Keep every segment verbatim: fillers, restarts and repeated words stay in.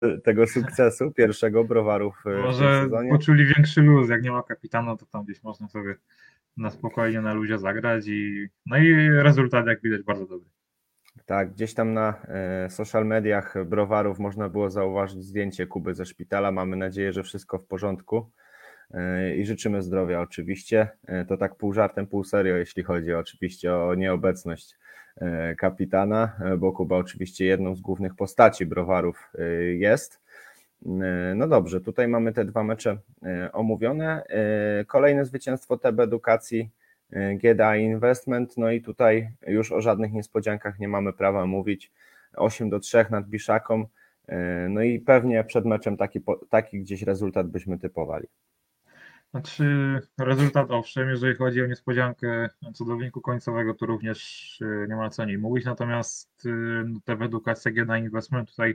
tego sukcesu pierwszego Browarów w tym Może sezonie. poczuli większy luz, jak nie ma kapitana, to tam gdzieś można sobie na spokojnie, na luzie zagrać i no i rezultat jak widać bardzo dobry. Tak, gdzieś tam na e, social mediach Browarów można było zauważyć zdjęcie Kuby ze szpitala. Mamy nadzieję, że wszystko w porządku e, i życzymy zdrowia oczywiście. E, to tak pół żartem, pół serio, jeśli chodzi oczywiście o nieobecność e, kapitana, e, bo Kuba oczywiście jedną z głównych postaci Browarów e, jest. E, No dobrze, tutaj mamy te dwa mecze e, omówione. E, Kolejne zwycięstwo T B Edukacji, e, G D A Investment, no i tutaj już o żadnych niespodziankach nie mamy prawa mówić. osiem do trzech nad Biszaką, e, no i pewnie przed meczem taki, po- taki gdzieś rezultat byśmy typowali. Znaczy rezultat owszem, jeżeli chodzi o niespodziankę co do wyniku końcowego, to również y, nie ma co niej mówić, natomiast y, no, te w edukacji G na Investment tutaj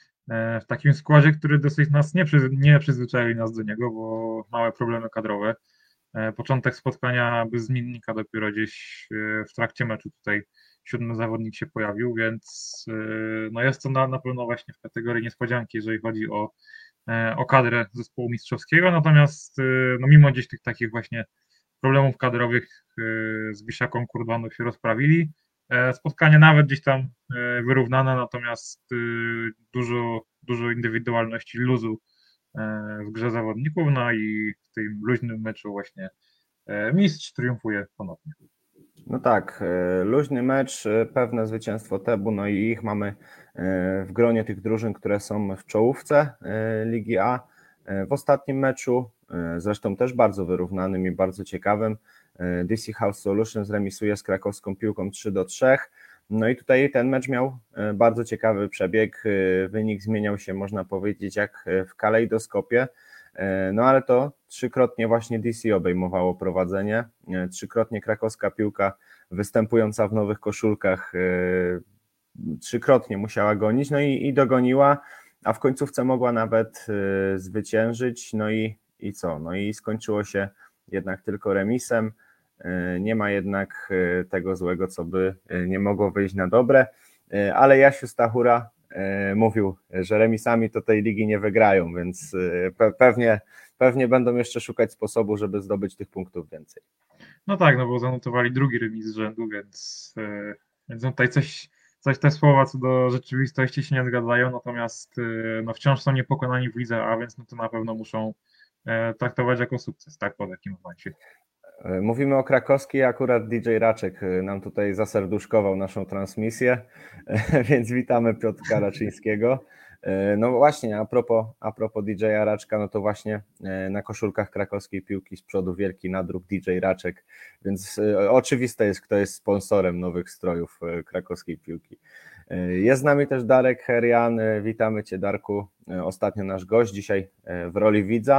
e, w takim składzie, który dosyć nas nie, przy, nie przyzwyczaili nas do niego, bo małe problemy kadrowe. E, Początek spotkania bez zmiennika dopiero gdzieś e, w trakcie meczu tutaj siódmy zawodnik się pojawił, więc e, no jest to na, na pewno właśnie w kategorii niespodzianki, jeżeli chodzi o, e, o kadrę zespołu mistrzowskiego, natomiast e, no mimo gdzieś tych takich właśnie problemów kadrowych e, z Wiszaką Kurdwanów się rozprawili. E, Spotkanie nawet gdzieś tam e, wyrównane, natomiast e, dużo, dużo indywidualności, luzu e, w grze zawodników, no i w tym luźnym meczu właśnie e, mistrz triumfuje ponownie. No tak, e, luźny mecz, e, pewne zwycięstwo Tebu, no i ich mamy e, w gronie tych drużyn, które są w czołówce e, Ligi A. E, W ostatnim meczu, e, zresztą też bardzo wyrównanym i bardzo ciekawym, e, D C House Solutions remisuje z krakowską Piłką trzy do trzech. No i tutaj ten mecz miał e, bardzo ciekawy przebieg, e, wynik zmieniał się, można powiedzieć, jak w kalejdoskopie. No ale to trzykrotnie właśnie D C obejmowało prowadzenie, trzykrotnie krakowska Piłka występująca w nowych koszulkach trzykrotnie musiała gonić, no i, i dogoniła, a w końcówce mogła nawet zwyciężyć, no i, i co? No i skończyło się jednak tylko remisem. Nie ma jednak tego złego, co by nie mogło wyjść na dobre, ale Jasiu Stachura mówił, że remisami to tej ligi nie wygrają, więc pe- pewnie, pewnie będą jeszcze szukać sposobu, żeby zdobyć tych punktów więcej. No tak, no bo zanotowali drugi remis z rzędu, więc, e, więc no tutaj coś, coś te słowa co do rzeczywistości się nie zgadzają, natomiast e, no wciąż są niepokonani w lidze A, więc no to na pewno muszą e, traktować jako sukces, tak, po takim momencie. Mówimy o krakowskiej, akurat D J Raczek nam tutaj zaserduszkował naszą transmisję, więc witamy Piotrka Raczyńskiego. No właśnie, a propos, a propos D J Raczka, no to właśnie na koszulkach krakowskiej Piłki z przodu wielki nadruk D J Raczek, więc oczywiste jest, kto jest sponsorem nowych strojów krakowskiej Piłki. Jest z nami też Darek Herian, witamy Cię Darku, ostatnio nasz gość, dzisiaj w roli widza.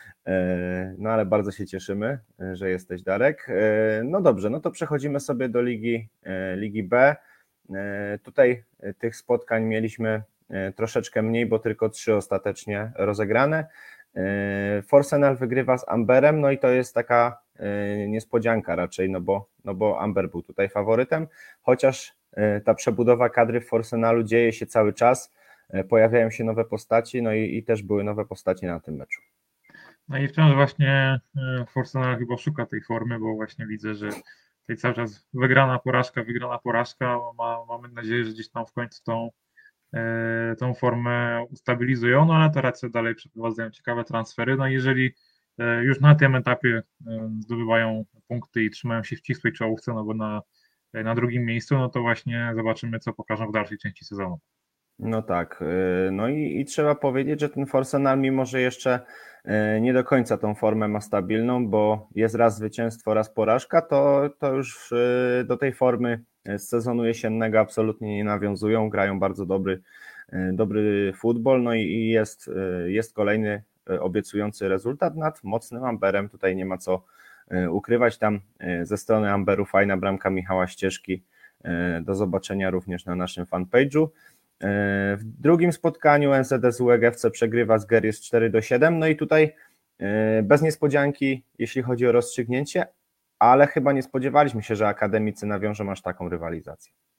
No ale bardzo się cieszymy, że jesteś Darek. No dobrze, no to przechodzimy sobie do Ligi, Ligi B. Tutaj tych spotkań mieliśmy troszeczkę mniej, bo tylko trzy ostatecznie rozegrane. Forsenal wygrywa z Amberem, no i to jest taka niespodzianka raczej, no bo, no bo Amber był tutaj faworytem, chociaż ta przebudowa kadry w Forsenalu dzieje się cały czas, pojawiają się nowe postaci, no i, i też były nowe postaci na tym meczu. No i wciąż właśnie e, Forsenal chyba szuka tej formy, bo właśnie widzę, że tutaj cały czas wygrana porażka, wygrana porażka. Ma, mamy nadzieję, że gdzieś tam w końcu tą, e, tą formę ustabilizują, no ale teraz dalej przeprowadzają ciekawe transfery. No i jeżeli e, już na tym etapie e, zdobywają punkty i trzymają się w ścisłej czołówce, no bo na, na drugim miejscu, no to właśnie zobaczymy, co pokażą w dalszej części sezonu. No tak, y, no i, i trzeba powiedzieć, że ten Forsenal, mimo że jeszcze y, nie do końca tą formę ma stabilną, bo jest raz zwycięstwo, raz porażka, to, to już y, do tej formy z sezonu jesiennego absolutnie nie nawiązują, grają bardzo dobry, y, dobry futbol, no i, i jest, jest kolejny obiecujący rezultat nad mocnym Amberem, tutaj nie ma co ukrywać, tam ze strony Amberu fajna bramka Michała Ścieżki, do zobaczenia również na naszym fanpage'u. W drugim spotkaniu N Z S U E G F C przegrywa z Gerries cztery do siedem, no i tutaj bez niespodzianki, jeśli chodzi o rozstrzygnięcie, ale chyba nie spodziewaliśmy się, że akademicy nawiążą aż taką rywalizację.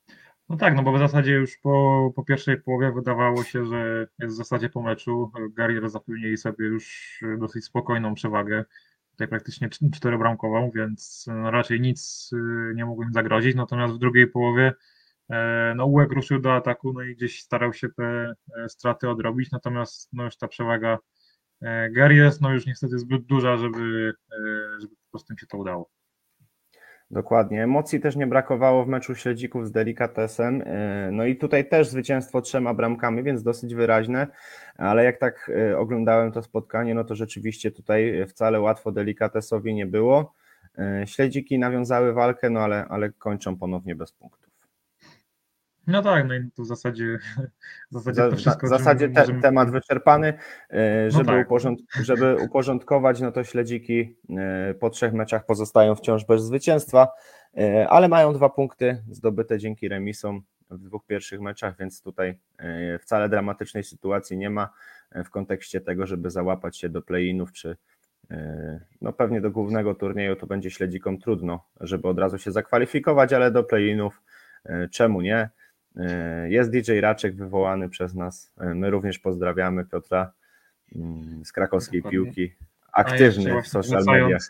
No tak, no bo w zasadzie już po, po pierwszej połowie wydawało się, że jest w zasadzie po meczu. Garrier zapewnili sobie już dosyć spokojną przewagę, tutaj praktycznie cz- czterobramkową, więc no raczej nic y, nie mogło im zagrozić. Natomiast w drugiej połowie e, no Ułek ruszył do ataku, no i gdzieś starał się te e, straty odrobić, natomiast no już ta przewaga e, Garrier no już niestety zbyt duża, żeby, e, żeby po prostu im się to udało. Dokładnie. Emocji też nie brakowało w meczu Śledzików z Delikatesem. Yy, No i tutaj też zwycięstwo trzema bramkami, więc dosyć wyraźne, ale jak tak yy, oglądałem to spotkanie, no to rzeczywiście tutaj wcale łatwo Delikatesowi nie było. Yy, Śledziki nawiązały walkę, no ale, ale kończą ponownie bez punktów. No tak, no i to w zasadzie, w zasadzie Za- to W za- w wszystko, o czym zasadzie te, możemy temat powiedzieć. wyczerpany. Yy, No Żeby, tak. uporząd, żeby uporządkować, no to Śledziki yy, po trzech meczach pozostają wciąż bez zwycięstwa, yy, ale mają dwa punkty zdobyte dzięki remisom w dwóch pierwszych meczach, więc tutaj yy, wcale dramatycznej sytuacji nie ma yy, w kontekście tego, żeby załapać się do play-inów, czy yy, no pewnie do głównego turnieju to będzie Śledzikom trudno, żeby od razu się zakwalifikować, ale do play-inów yy, czemu nie? Jest D J Raczek wywołany przez nas. My również pozdrawiamy Piotra mm, z krakowskiej Dokładnie. piłki, A jeszcze aktywny w właśnie social mediach. wracając,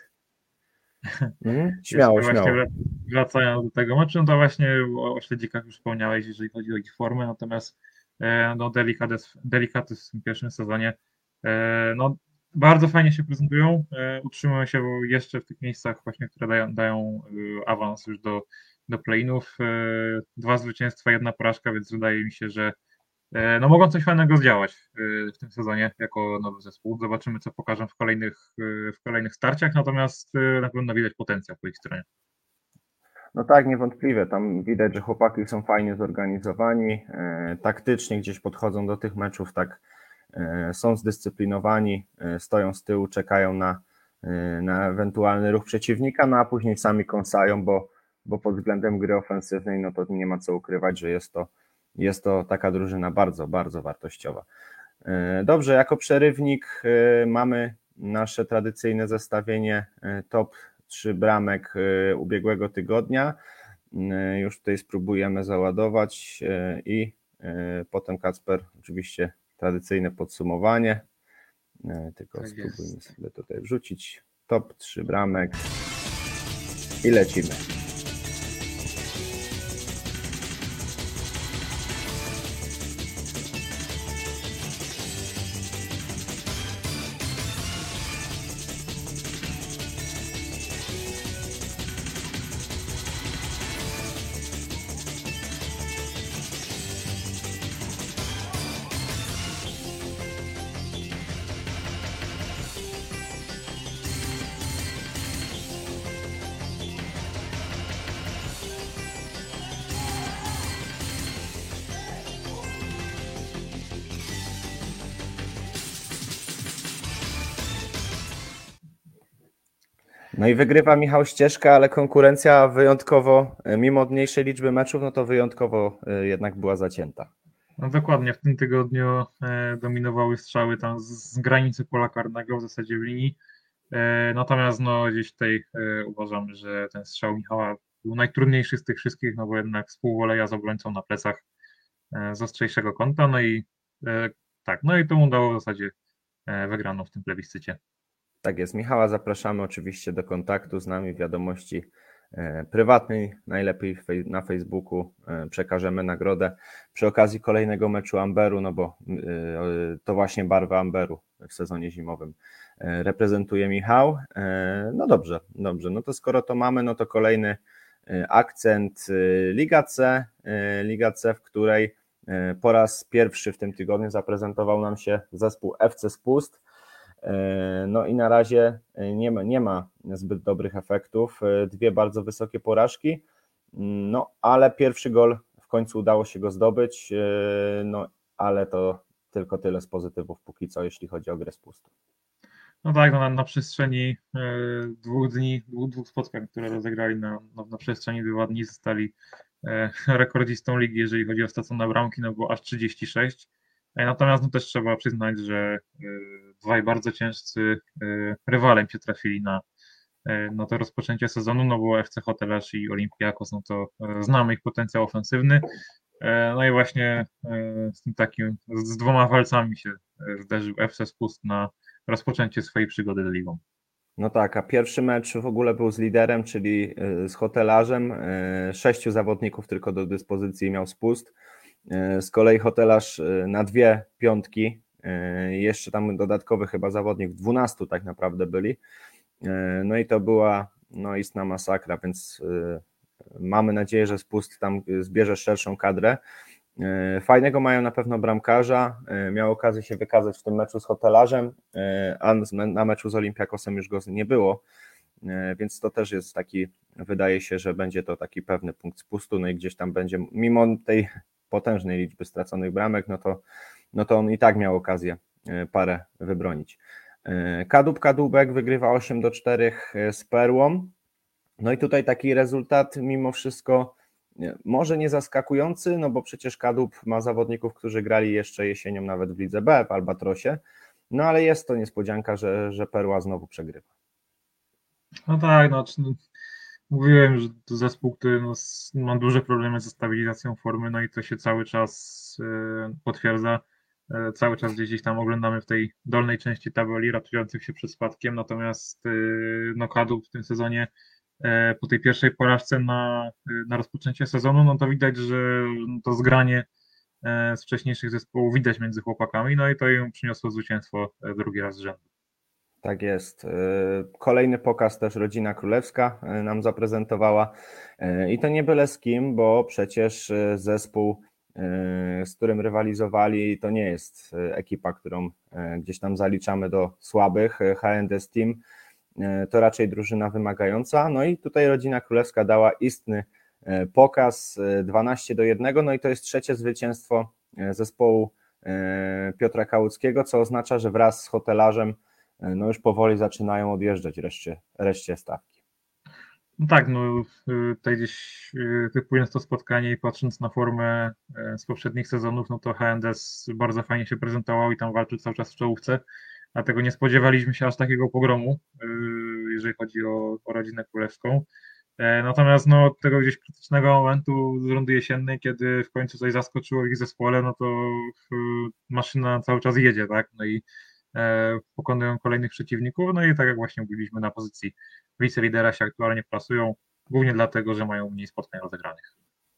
Mhm, jeszcze śmiało, właśnie śmiało. wra- wracając do tego meczu, no to właśnie o, o śledzikach już wspomniałeś, jeżeli chodzi o ich formę, natomiast e, no Delicates, Delicates w tym pierwszym sezonie e, no bardzo fajnie się prezentują, e, utrzymują się jeszcze w tych miejscach właśnie, które dają, dają e, awans już do, do play-inów. E, dwa zwycięstwa, jedna porażka, więc wydaje mi się, że E, No mogą coś fajnego zdziałać e, w tym sezonie jako nowy zespół. Zobaczymy, co pokażą w kolejnych, e, w kolejnych starciach, natomiast e, na pewno widać potencjał po ich stronie. No tak, niewątpliwie. Tam widać, że chłopaki są fajnie zorganizowani, e, taktycznie gdzieś podchodzą do tych meczów, tak e, są zdyscyplinowani, e, stoją z tyłu, czekają na, e, na ewentualny ruch przeciwnika, no a później sami kąsają, bo, bo pod względem gry ofensywnej, no to nie ma co ukrywać, że jest to, jest to taka drużyna bardzo, bardzo wartościowa. E, Dobrze, jako przerywnik e, mamy nasze tradycyjne zestawienie e, top trzy bramek e, ubiegłego tygodnia. E, Już tutaj spróbujemy załadować e, i e, potem Kacper oczywiście tradycyjne podsumowanie. E, Tylko Tak spróbujmy jest. sobie tutaj wrzucić top trzy bramek i lecimy. No i wygrywa Michał Ścieżka, ale konkurencja wyjątkowo, mimo mniejszej liczby meczów, no to wyjątkowo e, jednak była zacięta. No dokładnie, w tym tygodniu e, dominowały strzały tam z, z granicy pola karnego, w zasadzie w linii. E, natomiast no gdzieś tutaj e, uważamy, że ten strzał Michała był najtrudniejszy z tych wszystkich, no bo jednak współwoleja z obrońcą na plecach e, z ostrzejszego kąta, no i e, tak, no i to mu dało w zasadzie e, wygraną w tym plebiscycie. Tak jest. Michała zapraszamy oczywiście do kontaktu z nami, wiadomości e, prywatnej, najlepiej fej- na Facebooku. e, Przekażemy nagrodę przy okazji kolejnego meczu Amberu, no bo e, to właśnie barwy Amberu w sezonie zimowym e, reprezentuje Michał. E, No dobrze, dobrze. No to skoro to mamy, no to kolejny e, akcent e, Liga C. e, Liga C, w której e, po raz pierwszy w tym tygodniu zaprezentował nam się zespół F C Spust. No i na razie nie ma, nie ma zbyt dobrych efektów. Dwie bardzo wysokie porażki, no ale pierwszy gol w końcu udało się go zdobyć, no ale to tylko tyle z pozytywów póki co, jeśli chodzi o grę z pustu. No tak, no na, na przestrzeni e, dwóch dni, dwóch, dwóch spotkań, które rozegrali na, na, na przestrzeni dwa dni, zostali e, rekordzistą ligi, jeżeli chodzi o stracone bramki, no było aż trzydzieści sześć. E, natomiast no też trzeba przyznać, że e, dwaj bardzo ciężcy e, rywale im się trafili na, na to rozpoczęcie sezonu, no bo F C Hotelarz i Olympiakos, no to znamy ich potencjał ofensywny. No i właśnie z tym takim, z dwoma walcami się zderzył F C Spust na rozpoczęcie swojej przygody z ligą. No tak, a pierwszy mecz w ogóle był z liderem, czyli z Hotelarzem. Sześciu zawodników tylko do dyspozycji miał Spust. Z kolei Hotelarz na dwie piątki, jeszcze tam dodatkowy chyba zawodnik, dwunastu tak naprawdę byli. No i to była no, istna masakra, więc mamy nadzieję, że Spust tam zbierze szerszą kadrę. Fajnego mają na pewno bramkarza, miał okazję się wykazać w tym meczu z Hotelarzem, a na meczu z Olympiakosem już go nie było, więc to też jest taki, wydaje się, że będzie to taki pewny punkt spustu, no i gdzieś tam będzie, mimo tej potężnej liczby straconych bramek, no to, no to on i tak miał okazję parę wybronić. Kadłub Kadłubek wygrywa osiem do czterech z Perłą, no i tutaj taki rezultat mimo wszystko może nie zaskakujący, no bo przecież Kadłub ma zawodników, którzy grali jeszcze jesienią nawet w Lidze B w Albatrosie, no ale jest to niespodzianka, że, że Perła znowu przegrywa. No tak, no, no mówiłem, że to zespół, który no, ma duże problemy ze stabilizacją formy, no i to się cały czas y, potwierdza. Y, cały czas gdzieś tam oglądamy w tej dolnej części tabeli ratujących się przed spadkiem, natomiast y, no, Kadłub w tym sezonie po tej pierwszej porażce na, na rozpoczęcie sezonu, no to widać, że to zgranie z wcześniejszych zespołów widać między chłopakami, no i to im przyniosło zwycięstwo drugi raz z rzędu. Tak jest. Kolejny pokaz też Rodzina Królewska nam zaprezentowała i to nie byle z kim, bo przecież zespół, z którym rywalizowali, to nie jest ekipa, którą gdzieś tam zaliczamy do słabych. H N D Steam to raczej drużyna wymagająca, no i tutaj Rodzina Królewska dała istny pokaz, dwanaście do jednego, no i to jest trzecie zwycięstwo zespołu Piotra Kałuckiego, co oznacza, że wraz z Hotelarzem no już powoli zaczynają odjeżdżać reszcie, reszcie stawki. No tak, no tutaj gdzieś typując to spotkanie i patrząc na formę z poprzednich sezonów, no to H N D S bardzo fajnie się prezentował i tam walczył cały czas w czołówce, dlatego nie spodziewaliśmy się aż takiego pogromu, jeżeli chodzi o, o Rodzinę Królewską. Natomiast no, od tego gdzieś krytycznego momentu z rundy jesiennej, kiedy w końcu coś zaskoczyło w ich zespole, no to maszyna cały czas jedzie, tak? No i e, pokonują kolejnych przeciwników, no i tak jak właśnie mówiliśmy, na pozycji wicelidera się aktualnie plasują, głównie dlatego, że mają mniej spotkań rozegranych.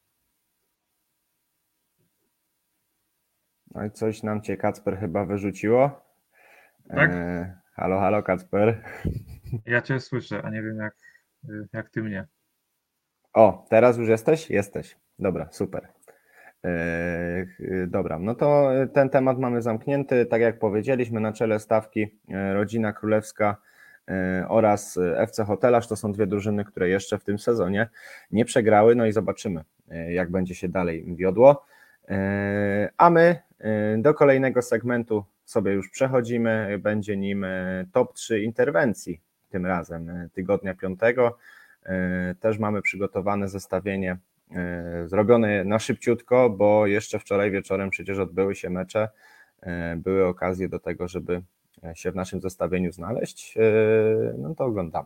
No i coś nam cię Kacper chyba wyrzuciło. Tak? E, halo, halo Kacper. Ja cię słyszę, a nie wiem jak, jak ty mnie. O, teraz już jesteś? Jesteś. Dobra, super. E, dobra, no to ten temat mamy zamknięty. Tak jak powiedzieliśmy, na czele stawki Rodzina Królewska oraz F C Hotelarz to są dwie drużyny, które jeszcze w tym sezonie nie przegrały, no i zobaczymy, jak będzie się dalej wiodło. A my do kolejnego segmentu sobie już przechodzimy, będzie nim top trzy interwencji tym razem tygodnia piątego. Też mamy przygotowane zestawienie zrobione na szybciutko, bo jeszcze wczoraj wieczorem przecież odbyły się mecze, były okazje do tego, żeby się w naszym zestawieniu znaleźć, no to oglądamy.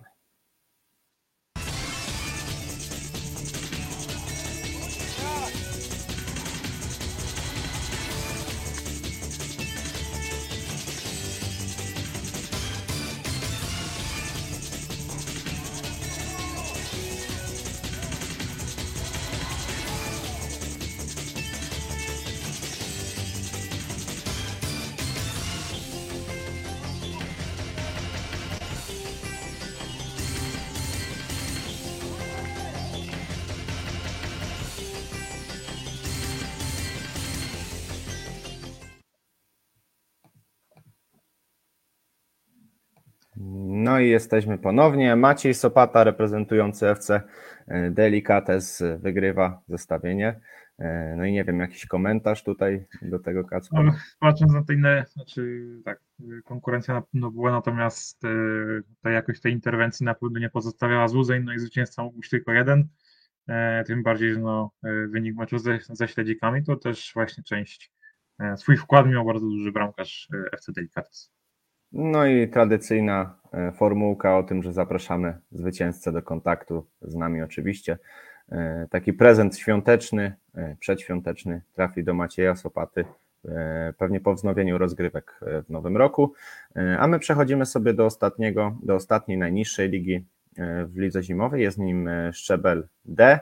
No i jesteśmy ponownie. Maciej Sopata reprezentujący F C Delicates wygrywa zestawienie. No i nie wiem, jakiś komentarz tutaj do tego, Kacper? No, patrząc na te inne, znaczy tak, konkurencja na pewno była, natomiast ta jakość tej interwencji na pewno nie pozostawiała złudzeń, no i zwycięzca mógł być tylko jeden, tym bardziej, że no, wynik meczu ze, ze Śledzikami to też właśnie część, swój wkład miał bardzo duży bramkarz F C Delicates. No i tradycyjna formułka o tym, że zapraszamy zwycięzcę do kontaktu z nami oczywiście. Taki prezent świąteczny, przedświąteczny trafi do Macieja Sopaty, pewnie po wznowieniu rozgrywek w nowym roku. A my przechodzimy sobie do ostatniego, do ostatniej najniższej ligi w lidze zimowej, jest nim szczebel D.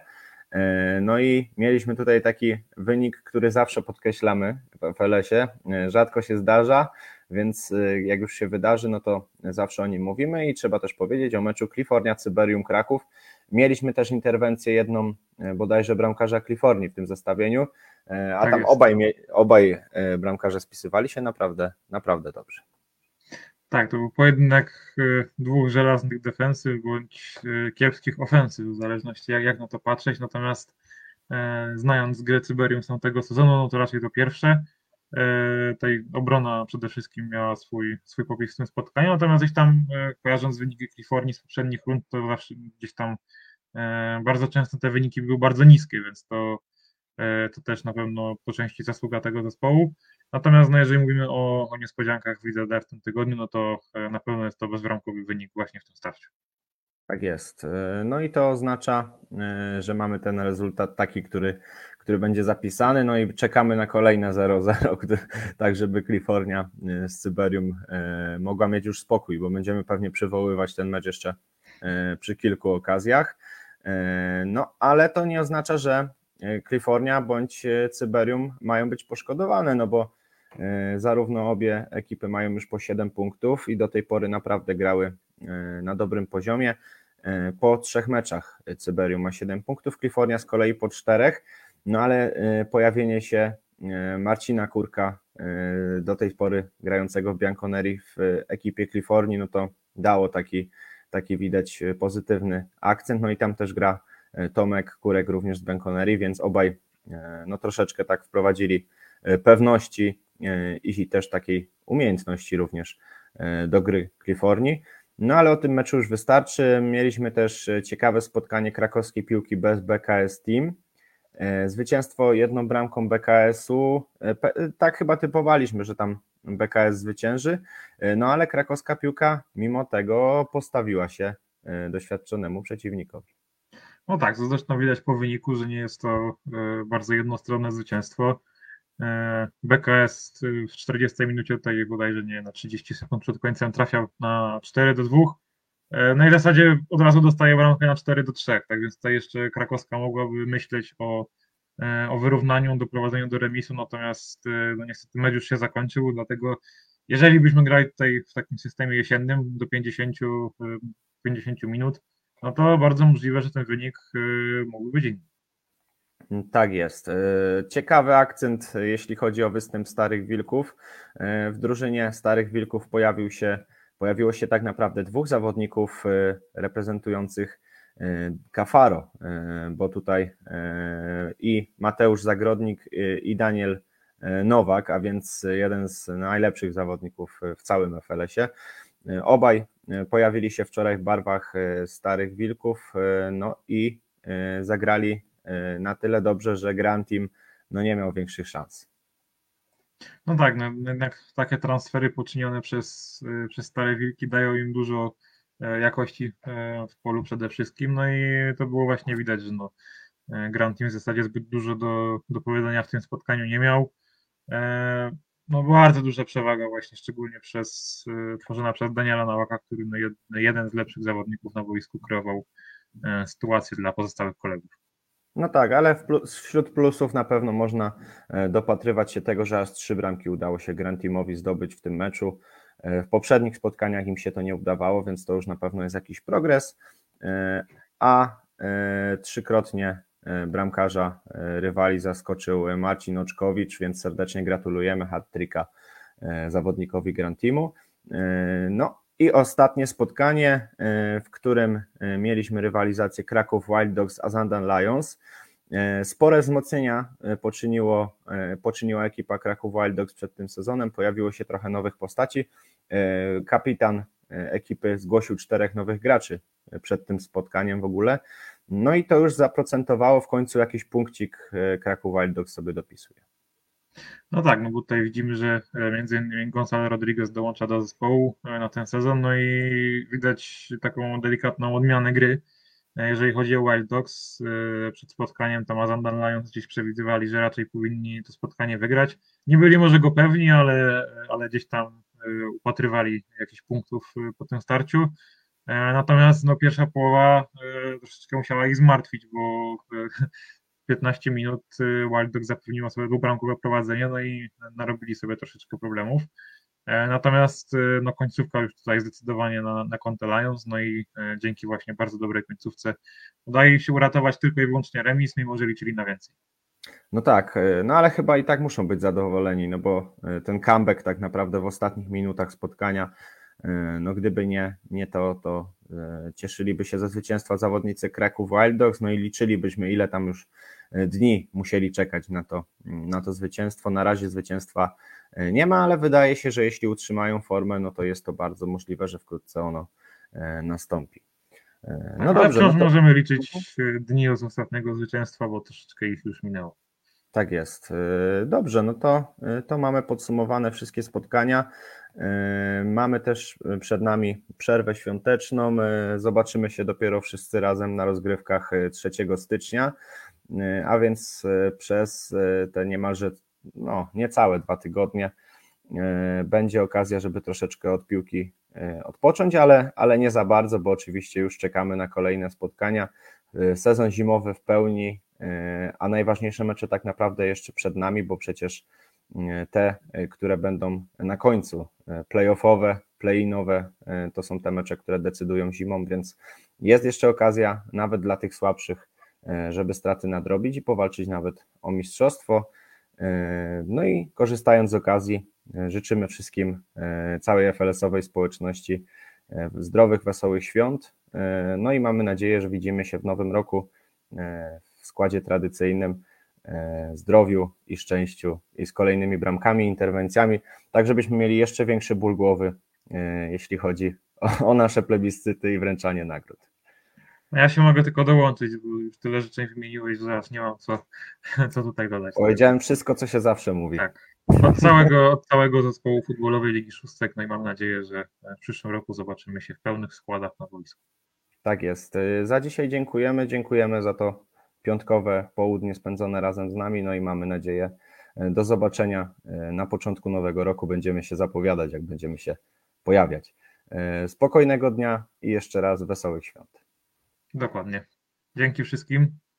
No i mieliśmy tutaj taki wynik, który zawsze podkreślamy w F L S-ie, rzadko się zdarza, więc jak już się wydarzy, no to zawsze o nim mówimy i trzeba też powiedzieć o meczu Klifornia-Cyberium Kraków. Mieliśmy też interwencję jedną bodajże bramkarza Klifornii w tym zestawieniu, a Tak tam jest. obaj, obaj bramkarze spisywali się naprawdę, naprawdę dobrze. Tak, to był pojedynek dwóch żelaznych defensyw bądź kiepskich ofensyw, w zależności jak, jak na to patrzeć. Natomiast e, znając grę Cyberium z tamtego sezonu, no to raczej to pierwsze. E, tej obrona przede wszystkim miała swój, swój popis w tym spotkaniu, natomiast gdzieś tam e, kojarząc wyniki Klifornii z poprzednich rund, to zawsze gdzieś tam e, bardzo często te wyniki były bardzo niskie, więc to, e, to też na pewno po części zasługa tego zespołu. Natomiast no, jeżeli mówimy o, o niespodziankach w Lidze D w tym tygodniu, no to e, na pewno jest to bezbramkowy wynik właśnie w tym starciu. Tak jest. No i to oznacza, że mamy ten rezultat taki, który, który będzie zapisany, no i czekamy na kolejne zero zero, tak żeby Klifornia z Cyberium mogła mieć już spokój, bo będziemy pewnie przywoływać ten mecz jeszcze przy kilku okazjach. No ale to nie oznacza, że Klifornia bądź Cyberium mają być poszkodowane, no bo zarówno obie ekipy mają już po siedem punktów i do tej pory naprawdę grały na dobrym poziomie. Po trzech meczach Cyberium ma siedem punktów, Klifornia z kolei po czterech, no ale pojawienie się Marcina Kurka, do tej pory grającego w Bianconeri w ekipie Klifornii, no to dało taki, taki widać pozytywny akcent, no i tam też gra Tomek Kurek również z Bianconeri, więc obaj no troszeczkę tak wprowadzili pewności i też takiej umiejętności również do gry Klifornii. No ale o tym meczu już wystarczy. Mieliśmy też ciekawe spotkanie krakowskiej piłki bez B K S Team. Zwycięstwo jedną bramką B K S-u. Tak chyba typowaliśmy, że tam B K S zwycięży. No ale krakowska piłka mimo tego postawiła się doświadczonemu przeciwnikowi. No tak, to zresztą widać po wyniku, że nie jest to bardzo jednostronne zwycięstwo. B K S w czterdziestej minucie, tutaj bodajże nie, na trzydzieści sekund przed końcem trafiał na cztery do dwóch. No i w zasadzie od razu dostaje bramkę na cztery do trzech, tak więc tutaj jeszcze krakowska mogłaby myśleć o, o wyrównaniu, doprowadzeniu do remisu, natomiast no niestety mecz już się zakończył, dlatego jeżeli byśmy grali tutaj w takim systemie jesiennym do pięćdziesięciu, pięćdziesięciu minut, no to bardzo możliwe, że ten wynik mógłby być inny. Tak jest. Ciekawy akcent, jeśli chodzi o występ Starych Wilków. W drużynie Starych Wilków pojawił się, pojawiło się tak naprawdę dwóch zawodników reprezentujących Kafaro, bo tutaj i Mateusz Zagrodnik i Daniel Nowak, a więc jeden z najlepszych zawodników w całym F L S-ie. Obaj pojawili się wczoraj w barwach Starych Wilków, no i zagrali na tyle dobrze, że Grand Team no nie miał większych szans. No tak, no, jednak takie transfery poczynione przez, przez Stare Wilki dają im dużo jakości w polu przede wszystkim, no i to było właśnie widać, że no, Grand Team w zasadzie zbyt dużo do, do powiedzenia w tym spotkaniu nie miał. No bardzo duża przewaga właśnie, szczególnie przez, tworzona przez Daniela Nowaka, który no, jeden z lepszych zawodników na boisku kreował sytuację dla pozostałych kolegów. No tak, ale plus, wśród plusów na pewno można dopatrywać się tego, że aż trzy bramki udało się Grand Teamowi zdobyć w tym meczu. W poprzednich spotkaniach im się to nie udawało, więc to już na pewno jest jakiś progres, a trzykrotnie bramkarza rywali zaskoczył Marcin Oczkowicz, więc serdecznie gratulujemy hat-tricka zawodnikowi Grand Teamu. No i ostatnie spotkanie, w którym mieliśmy rywalizację Kraków Wild Dogs z Azandan Lions. Spore wzmocnienia poczyniło, poczyniła ekipa Kraków Wild Dogs przed tym sezonem, pojawiło się trochę nowych postaci. Kapitan ekipy zgłosił czterech nowych graczy przed tym spotkaniem w ogóle. No i to już zaprocentowało, w końcu jakiś punkcik Kraków Wild Dogs sobie dopisuje. No tak, no bo tutaj widzimy, że między innymi Gonzalo Rodriguez dołącza do zespołu na ten sezon, no i widać taką delikatną odmianę gry. Jeżeli chodzi o Wild Dogs, przed spotkaniem tam Azandan Lions gdzieś przewidywali, że raczej powinni to spotkanie wygrać. Nie byli może go pewni, ale, ale gdzieś tam upatrywali jakichś punktów po tym starciu. Natomiast no, pierwsza połowa troszeczkę musiała ich zmartwić, bo piętnaście minut Wild Dogs zapewniło sobie dwubramkowe prowadzenie, no i narobili sobie troszeczkę problemów. Natomiast no, końcówka już tutaj zdecydowanie na, na konto Lions, no i dzięki właśnie bardzo dobrej końcówce udaje się uratować tylko i wyłącznie remis, mimo że liczyli na więcej. No tak, no ale chyba i tak muszą być zadowoleni, no bo ten comeback tak naprawdę w ostatnich minutach spotkania, no gdyby nie, nie to, to cieszyliby się ze zwycięstwa zawodnicy Kraków Wild Dogs, no i liczylibyśmy, ile tam już dni musieli czekać na to, na to zwycięstwo. Na razie zwycięstwa nie ma, ale wydaje się, że jeśli utrzymają formę, no to jest to bardzo możliwe, że wkrótce ono nastąpi. No ale dobrze, wciąż no to... możemy liczyć dni od ostatniego zwycięstwa, bo troszeczkę ich już minęło. Tak jest. Dobrze, no to, to mamy podsumowane wszystkie spotkania. Mamy też przed nami przerwę świąteczną. Zobaczymy się dopiero wszyscy razem na rozgrywkach trzeciego stycznia, a więc przez te niemalże no, niecałe dwa tygodnie będzie okazja, żeby troszeczkę od piłki odpocząć, ale, ale nie za bardzo, bo oczywiście już czekamy na kolejne spotkania. Sezon zimowy w pełni, a najważniejsze mecze tak naprawdę jeszcze przed nami, bo przecież te, które będą na końcu, play-offowe, play-inowe, to są te mecze, które decydują zimą, więc jest jeszcze okazja nawet dla tych słabszych, żeby straty nadrobić i powalczyć nawet o mistrzostwo. No i korzystając z okazji, życzymy wszystkim, całej F L S-owej społeczności zdrowych, wesołych świąt. No i mamy nadzieję, że widzimy się w nowym roku w składzie tradycyjnym, zdrowiu i szczęściu i z kolejnymi bramkami, interwencjami, tak żebyśmy mieli jeszcze większy ból głowy, jeśli chodzi o, o nasze plebiscyty i wręczanie nagród. Ja się mogę tylko dołączyć, bo już tyle życzeń wymieniłeś, że aż nie mam co, co tutaj dodać. Powiedziałem wszystko, co się zawsze mówi. Tak. Od całego, od całego zespołu futbolowej Ligi Szóstek, no i mam nadzieję, że w przyszłym roku zobaczymy się w pełnych składach na boisku. Tak jest. Za dzisiaj dziękujemy, dziękujemy za to piątkowe południe spędzone razem z nami, no i mamy nadzieję do zobaczenia na początku nowego roku, będziemy się zapowiadać, jak będziemy się pojawiać. Spokojnego dnia i jeszcze raz wesołych świąt. Dokładnie. Dzięki wszystkim.